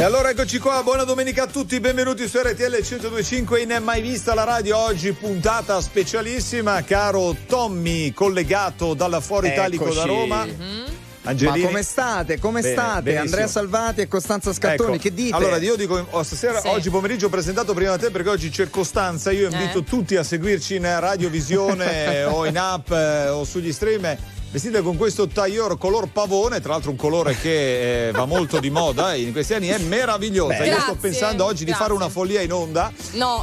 allora eccoci qua, buona domenica a tutti, benvenuti su RTL 102.5 in Mai Vista la radio. Oggi puntata specialissima, caro Tommy, collegato dal Foro Italico da Roma. Angelini. Ma come state? Come state? Benissimo. Andrea Salvati e Costanza Scattoni, ecco, che dite? Allora io dico stasera, Sì. oggi pomeriggio ho presentato prima da te perché oggi c'è Costanza. Io invito tutti a seguirci in radiovisione o in app o sugli stream, vestita con questo tailleur color pavone, tra l'altro un colore che va molto di moda in questi anni, è meravigliosa. Io sto pensando oggi di fare una follia in onda. No,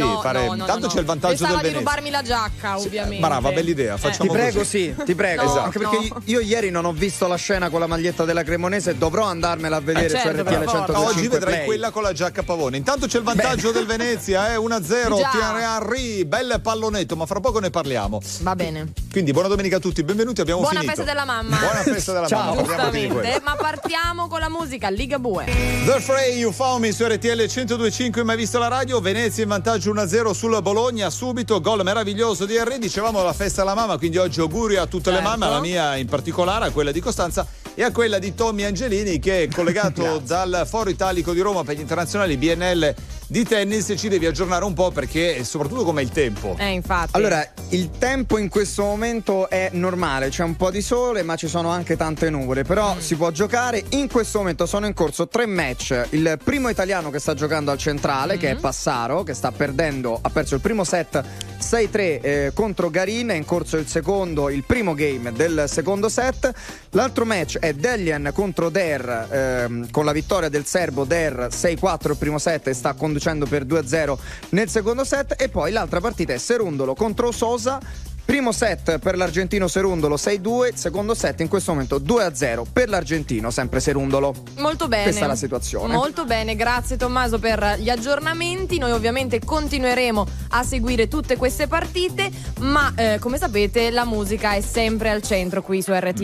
Tanto c'è il vantaggio del Pensava di Venezia. rubarmi la giacca, ovviamente. Brava, bella idea, facciamo Ti prego, così. sì, ti prego. No, Anche perché io ieri non ho visto la scena con la maglietta della Cremonese, dovrò andarmela a vedere certo, su RTL per forza. 102.5 Oggi vedrai Play. quella con la giacca pavone. Intanto c'è il vantaggio del Venezia, 1-0, Già. Thierry Henry, bel pallonetto, ma fra poco ne parliamo. Va bene. Quindi buona domenica a tutti, benvenuti, abbiamo Buona finito. festa della mamma. Buona festa della Ciao. mamma, parliamo di Giustamente, quello. ma partiamo con la musica, Ligabue. The Fray, You Found Me su RTL 102.5, mai visto la radio. Venezia in vantaggio 1-0 sul Bologna, subito gol meraviglioso di Henry. Dicevamo la festa alla mamma, quindi oggi auguri a tutte le Certo. mamme, alla mia in particolare, a quella di Costanza e a quella di Tommy Angelini, che è collegato dal Foro Italico di Roma per gli internazionali BNL di tennis. Ci devi aggiornare un po' perché soprattutto com'è il tempo. Infatti. Allora, il tempo in questo momento è normale, c'è un po' di sole, ma ci sono anche tante nuvole, però si può giocare. In questo momento sono in corso 3 match. Il primo italiano che sta giocando al centrale, che è Passaro, che sta perdendo, ha perso il primo set 6-3 contro Garin, è in corso il primo game del secondo set. L'altro match è Delian contro Der, con la vittoria del serbo Der 6-4 il primo set e sta conducendo per 2-0 nel secondo set. E poi l'altra partita è Serundolo contro Sosa. Primo set per l'argentino Serundolo 6-2, secondo set in questo momento 2-0 per l'argentino, sempre Serundolo. Molto bene. Questa è la situazione. Molto bene, grazie Tommaso per gli aggiornamenti. Noi ovviamente continueremo a seguire tutte queste partite, ma come sapete la musica è sempre al centro qui su RTL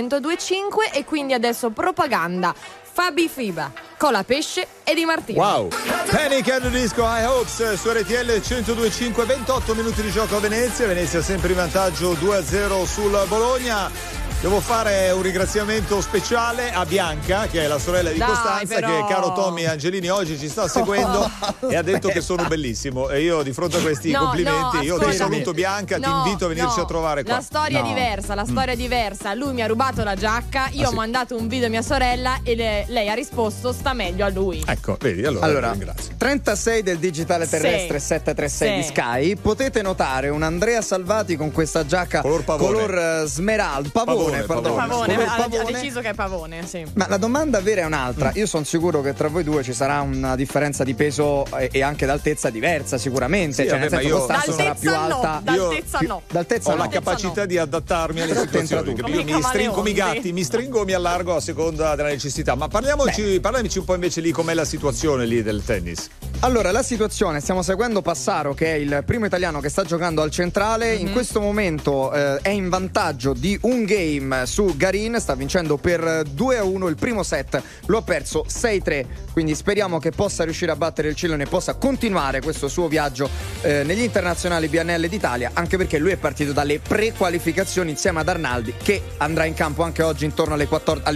102.5 e quindi adesso propaganda. Fabi Fiba, Cola Pesce e Di Martino. Wow! Panic at the Disco High Hopes su RTL 102.5, 28 minuti di gioco a Venezia. Venezia sempre in vantaggio 2-0 sul Bologna. Devo fare un ringraziamento speciale a Bianca, che è la sorella di Dai, Costanza, però. che caro Tommy Angelini oggi ci sta seguendo e ha detto che sono bellissimo. E io di fronte a questi complimenti, io ti ascoltami. saluto Bianca, ti No, invito a venirci no, a trovare qua. La storia è diversa, la storia è diversa. Lui mi ha rubato la giacca, io ho sì? mandato un video a mia sorella e lei ha risposto sta meglio a lui. Ecco, vedi, allora ringrazio. 36 del digitale terrestre, Sì. 736 di Sì. Sky. Potete notare un Andrea Salvati con questa giacca Color pavone. color smeraldo, pavone, perdono. Pavone, Color ha pavone. deciso che è pavone, sì. Ma la domanda vera è un'altra. Io sono sicuro che tra voi due ci sarà una differenza di peso e anche d'altezza diversa, sicuramente. Sì, cioè, vabbè, nel senso, ma io Costanza sarà più alta. d'altezza no. D'altezza Ho la no. capacità di adattarmi alle Però situazioni. t'entra Io tutto. mi stringo come i Camaleonte. gatti, mi stringo o mi allargo a seconda della necessità. Ma parlamici un po' invece lì com'è la situazione lì del tennis. Allora, la situazione, stiamo seguendo Passaro, che è il primo italiano che sta giocando al centrale. In questo momento è in vantaggio di un game su Garin, sta vincendo per 2-1 il primo set, lo ha perso 6-3, quindi speriamo che possa riuscire a battere il Cilone e possa continuare questo suo viaggio negli internazionali BNL d'Italia, anche perché lui è partito dalle prequalificazioni insieme ad Arnaldi, che andrà in campo anche oggi intorno alle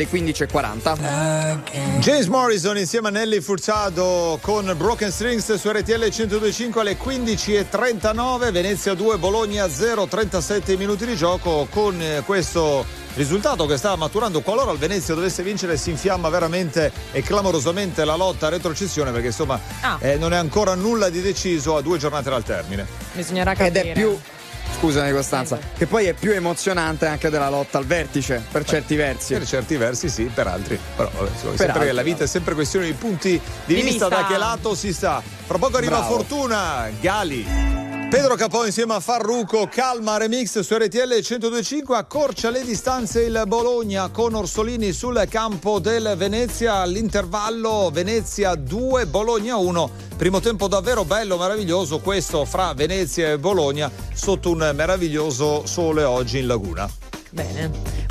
15:40. James Morrison insieme a Nelly Furtado con Broken Strings su RTL 102.5 alle 15:39. Venezia 2, Bologna 0, 37 minuti di gioco. Con questo risultato che sta maturando, qualora il Venezia dovesse vincere, si infiamma veramente e clamorosamente la lotta a retrocessione, perché insomma non è ancora nulla di deciso a 2 giornate dal termine. Bisognerà Ed capire. è più, scusami Costanza, che poi è più emozionante anche della lotta al vertice, per certi versi. Per certi versi sì, per altri però vabbè, sempre altri, la vita è sempre questione di punti di vista, da che lato si sta. Fra poco arriva Bravo. Fortuna, Gali. Pedro Capò insieme a Farruko, Calma remix su RTL 102.5. Accorcia le distanze il Bologna con Orsolini sul campo del Venezia. All'intervallo Venezia 2, Bologna 1. Primo tempo davvero bello, meraviglioso questo fra Venezia e Bologna sotto un meraviglioso sole oggi in laguna. Bene.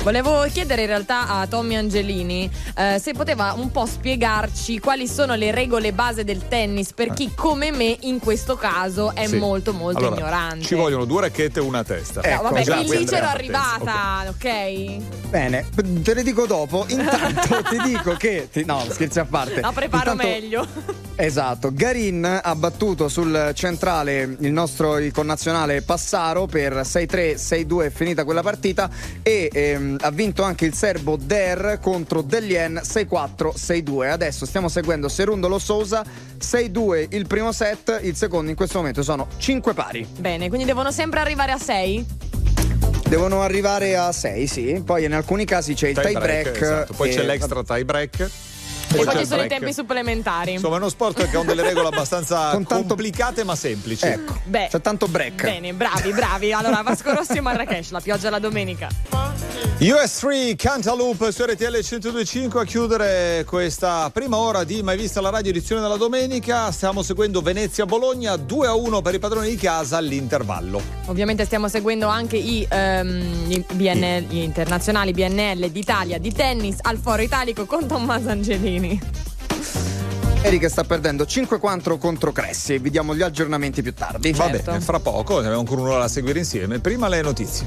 Volevo chiedere in realtà a Tommy Angelini se poteva un po' spiegarci quali sono le regole base del tennis per chi come me in questo caso è molto allora, ignorante. Ci vogliono 2 racchette e una testa. No, vabbè, già lì c'ero Andrea arrivata, ok? Bene, te le dico dopo. Intanto ti dico che no, scherzi a parte. La preparo meglio. Esatto, Garin ha battuto sul centrale il connazionale Passaro per 6-3, 6-2 è finita quella partita e ha vinto anche il serbo Der contro Delien 6-4, 6-2. Adesso stiamo seguendo Cerundolo Sousa 6-2 il primo set, il secondo in questo momento sono 5 pari. Bene, quindi devono sempre arrivare a 6? Devono arrivare a 6, sì. Poi in alcuni casi c'è il tie break. Esatto. Poi c'è l'extra tie break. E poi ci sono i tempi supplementari. Insomma, è uno sport che ha delle regole abbastanza complicate ma semplici. Ecco, c'è tanto break. Bene, bravi. Allora, Vasco Rossi e Marrakesh, la pioggia la domenica. US3 Cantaloupe su RTL 102.5 a chiudere questa prima ora di Mai Vista la Radio edizione della domenica. Stiamo seguendo Venezia-Bologna 2-1 per i padroni di casa all'intervallo. Ovviamente stiamo seguendo anche gli internazionali BNL d'Italia di tennis al Foro Italico con Tommaso Angelini. Che sta perdendo 5-4 contro Cressi. Vi diamo gli aggiornamenti più tardi. Va bene, fra poco, abbiamo ancora un'ora da seguire insieme. Prima le notizie.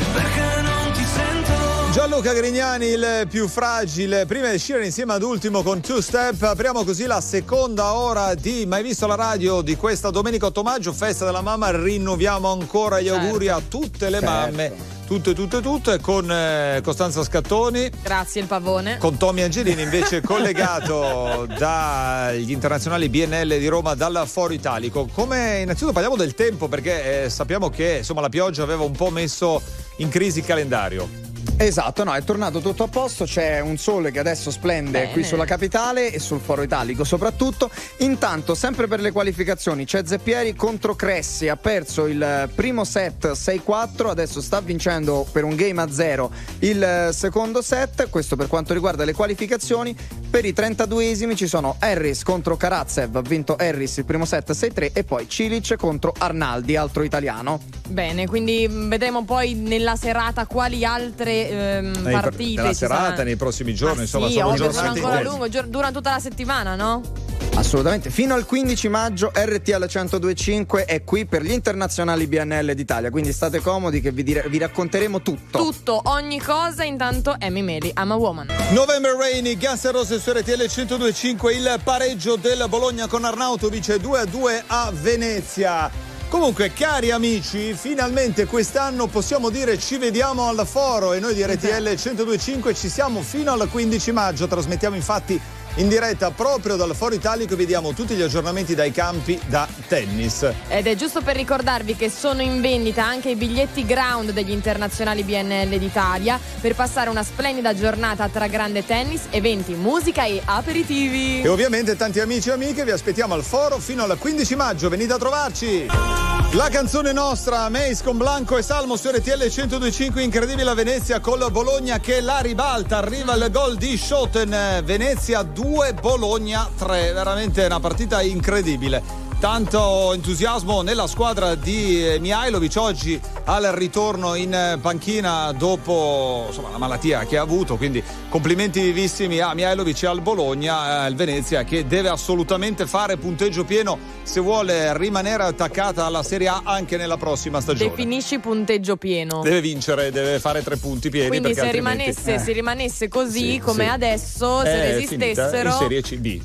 Gianluca Grignani, il più fragile, prima di uscire insieme ad Ultimo con Two Step. Apriamo così la seconda ora di Mai Visto la Radio di questa domenica 8 maggio, festa della mamma. Rinnoviamo ancora gli auguri a tutte le mamme. Tutte con Costanza Scattoni. Grazie il pavone. Con Tommy Angelini invece collegato dagli internazionali BNL di Roma dal Foro Italico. Come innanzitutto parliamo del tempo perché sappiamo che insomma la pioggia aveva un po' messo in crisi il calendario. Esatto, no, è tornato tutto a posto, c'è un sole che adesso splende qui sulla capitale e sul Foro Italico soprattutto. Intanto, sempre per le qualificazioni, c'è Zeppieri contro Cressi, ha perso il primo set 6-4, adesso sta vincendo per un game a 0 il secondo set. Questo per quanto riguarda le qualificazioni. Per i 32esimi ci sono Harris contro Karatsev, ha vinto Harris il primo set 6-3 e poi Cilic contro Arnaldi, altro italiano. Bene, quindi vedremo poi nella serata quali altre partite nella serata, nei prossimi giorni, insomma, sono giornate ancora lungo, dura tutta la settimana, no? Assolutamente, fino al 15 maggio RTL 102.5 è qui per gli internazionali BNL d'Italia, quindi state comodi che vi racconteremo tutto, ogni cosa. Intanto Amy Meli, I'm a Woman. November Rain, Guns N' Roses su RTL 102.5, il pareggio del Bologna con Arnautovic 2-2 a Venezia. Comunque, cari amici, finalmente quest'anno possiamo dire ci vediamo al Foro e noi di RTL 102.5 ci siamo fino al 15 maggio, trasmettiamo infatti in diretta proprio dal Foro Italico e vediamo tutti gli aggiornamenti dai campi da tennis. Ed è giusto per ricordarvi che sono in vendita anche i biglietti ground degli internazionali BNL d'Italia per passare una splendida giornata tra grande tennis, eventi, musica e aperitivi. E ovviamente tanti amici e amiche vi aspettiamo al Foro fino al 15 maggio, venite a trovarci. La canzone nostra, Mace con Blanco e Salmo su RTL 102.5, incredibile a Venezia col Bologna che la ribalta, arriva il gol di Schoten, Venezia 2, Bologna 3, veramente una partita incredibile. Tanto entusiasmo nella squadra di Mihajlovic oggi al ritorno in panchina dopo insomma, la malattia che ha avuto, quindi complimenti vivissimi a Mihajlovic e al Bologna, il Venezia che deve assolutamente fare punteggio pieno se vuole rimanere attaccata alla Serie A anche nella prossima stagione. Definisci punteggio pieno. Deve vincere, deve fare 3 punti pieni. Quindi perché se rimanesse così come adesso, se resistessero in Serie C B.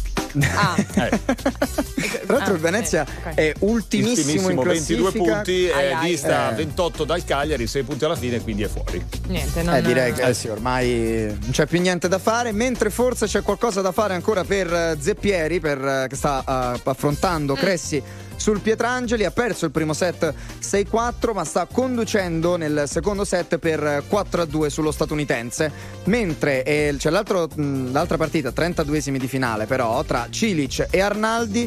Tra l'altro il Venezia è ultimissimo in classifica, 22 punti, dista 28 dal Cagliari, 6 punti alla fine, quindi è fuori. Niente, direi che sì, ormai non c'è più niente da fare, mentre forse c'è qualcosa da fare ancora per Zeppieri, che sta affrontando Cressi sul Pietrangeli. Ha perso il primo set 6-4 ma sta conducendo nel secondo set per 4-2 sullo statunitense, mentre c'è l'altra partita 32esimi di finale però tra Cilic e Arnaldi.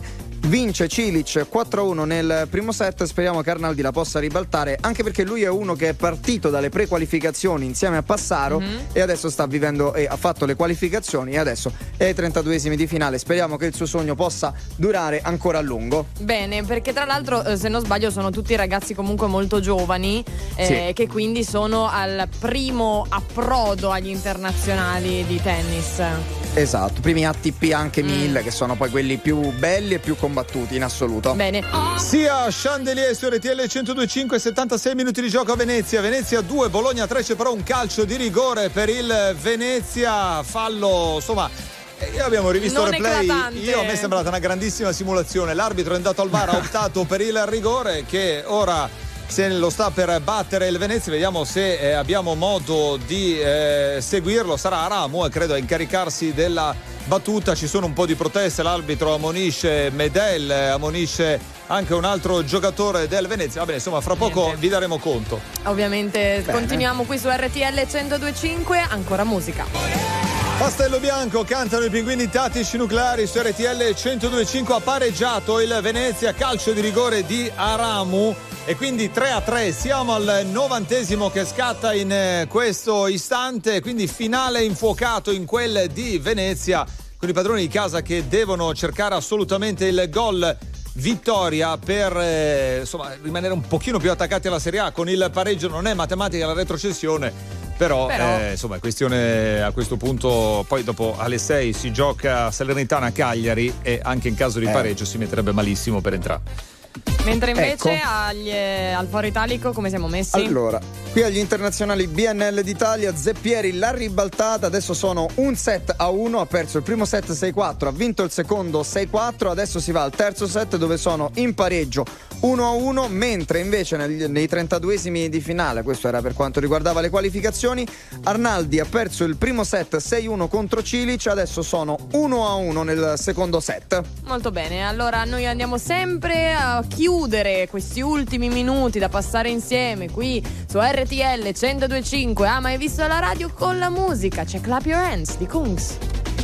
vince Cilic 4-1 nel primo set. Speriamo che Arnaldi la possa ribaltare, anche perché lui è uno che è partito dalle prequalificazioni insieme a Passaro e adesso sta vivendo e ha fatto le qualificazioni e adesso è ai 32esimi di finale. Speriamo che il suo sogno possa durare ancora a lungo. Bene, perché tra l'altro se non sbaglio sono tutti ragazzi comunque molto giovani che quindi sono al primo approdo agli internazionali di tennis. Esatto, primi ATP anche 1000 che sono poi quelli più belli e più combattuti in assoluto. Bene. Sia Chandelier su RTL 102.5, 76 minuti di gioco a Venezia. Venezia 2, Bologna 3, c'è però un calcio di rigore per il Venezia, fallo, insomma. Abbiamo rivisto il replay, a me è sembrata una grandissima simulazione. L'arbitro è andato al VAR, ha optato per il rigore che ora se lo sta per battere il Venezia. Vediamo se abbiamo modo di seguirlo. Sarà Aramu credo a incaricarsi della battuta. Ci sono un po' di proteste, l'arbitro ammonisce Medel, ammonisce anche un altro giocatore del Venezia. Vabbè, insomma, fra poco vi daremo conto. Ovviamente. Bene. Continuiamo qui su RTL 102.5, ancora musica. Pastello Bianco, cantano i Pinguini Tattici Nucleari su RTL 102.5. Ha pareggiato il Venezia, calcio di rigore di Aramu e quindi 3-3. Siamo al 90° che scatta in questo istante, quindi finale infuocato in quel di Venezia, con i padroni di casa che devono cercare assolutamente il gol vittoria per insomma rimanere un pochino più attaccati alla Serie A. Con il pareggio non è matematica la retrocessione, però insomma è questione a questo punto. Poi dopo alle 6 si gioca Salernitana-Cagliari e anche in caso di pareggio si metterebbe malissimo per entrare. Mentre invece al Foro Italico come siamo messi? Allora, qui agli internazionali BNL d'Italia, Zeppieri l'ha ribaltata, adesso sono 1-1, ha perso il primo set 6-4, ha vinto il secondo 6-4, adesso si va al terzo set dove sono in pareggio 1-1, mentre invece nei 32esimi di finale, questo era per quanto riguardava le qualificazioni, Arnaldi ha perso il primo set 6-1 contro Cilic, adesso sono 1-1 nel secondo set. Molto bene, allora noi andiamo sempre a chiudere questi ultimi minuti da passare insieme qui su RTL 102.5. Ah, ma hai visto la radio con la musica? C'è Clap Your Hands di Kungs.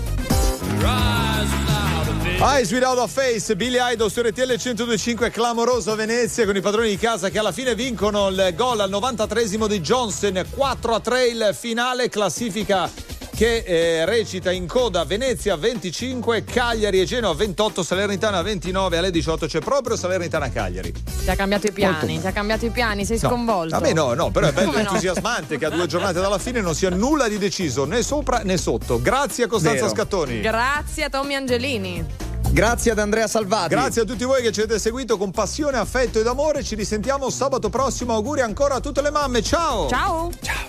Eyes Without a Face, Billy Idol su RTL 102.5. Clamoroso Venezia con i padroni di casa che alla fine vincono il gol al 93esimo di Johnson. 4-3 il finale, classifica che recita in coda Venezia 25, Cagliari e Genoa 28, Salernitana 29. Alle 18 c'è proprio Salernitana-Cagliari. Ti ha cambiato i piani, sei sconvolto. Vabbè no, però è bello entusiasmante che a 2 giornate dalla fine non sia nulla di deciso né sopra né sotto. Grazie a Costanza Scattoni. Grazie a Tommy Angelini. Grazie ad Andrea Salvati. Grazie a tutti voi che ci avete seguito con passione, affetto ed amore. Ci risentiamo sabato prossimo. Auguri ancora a tutte le mamme. Ciao. Ciao.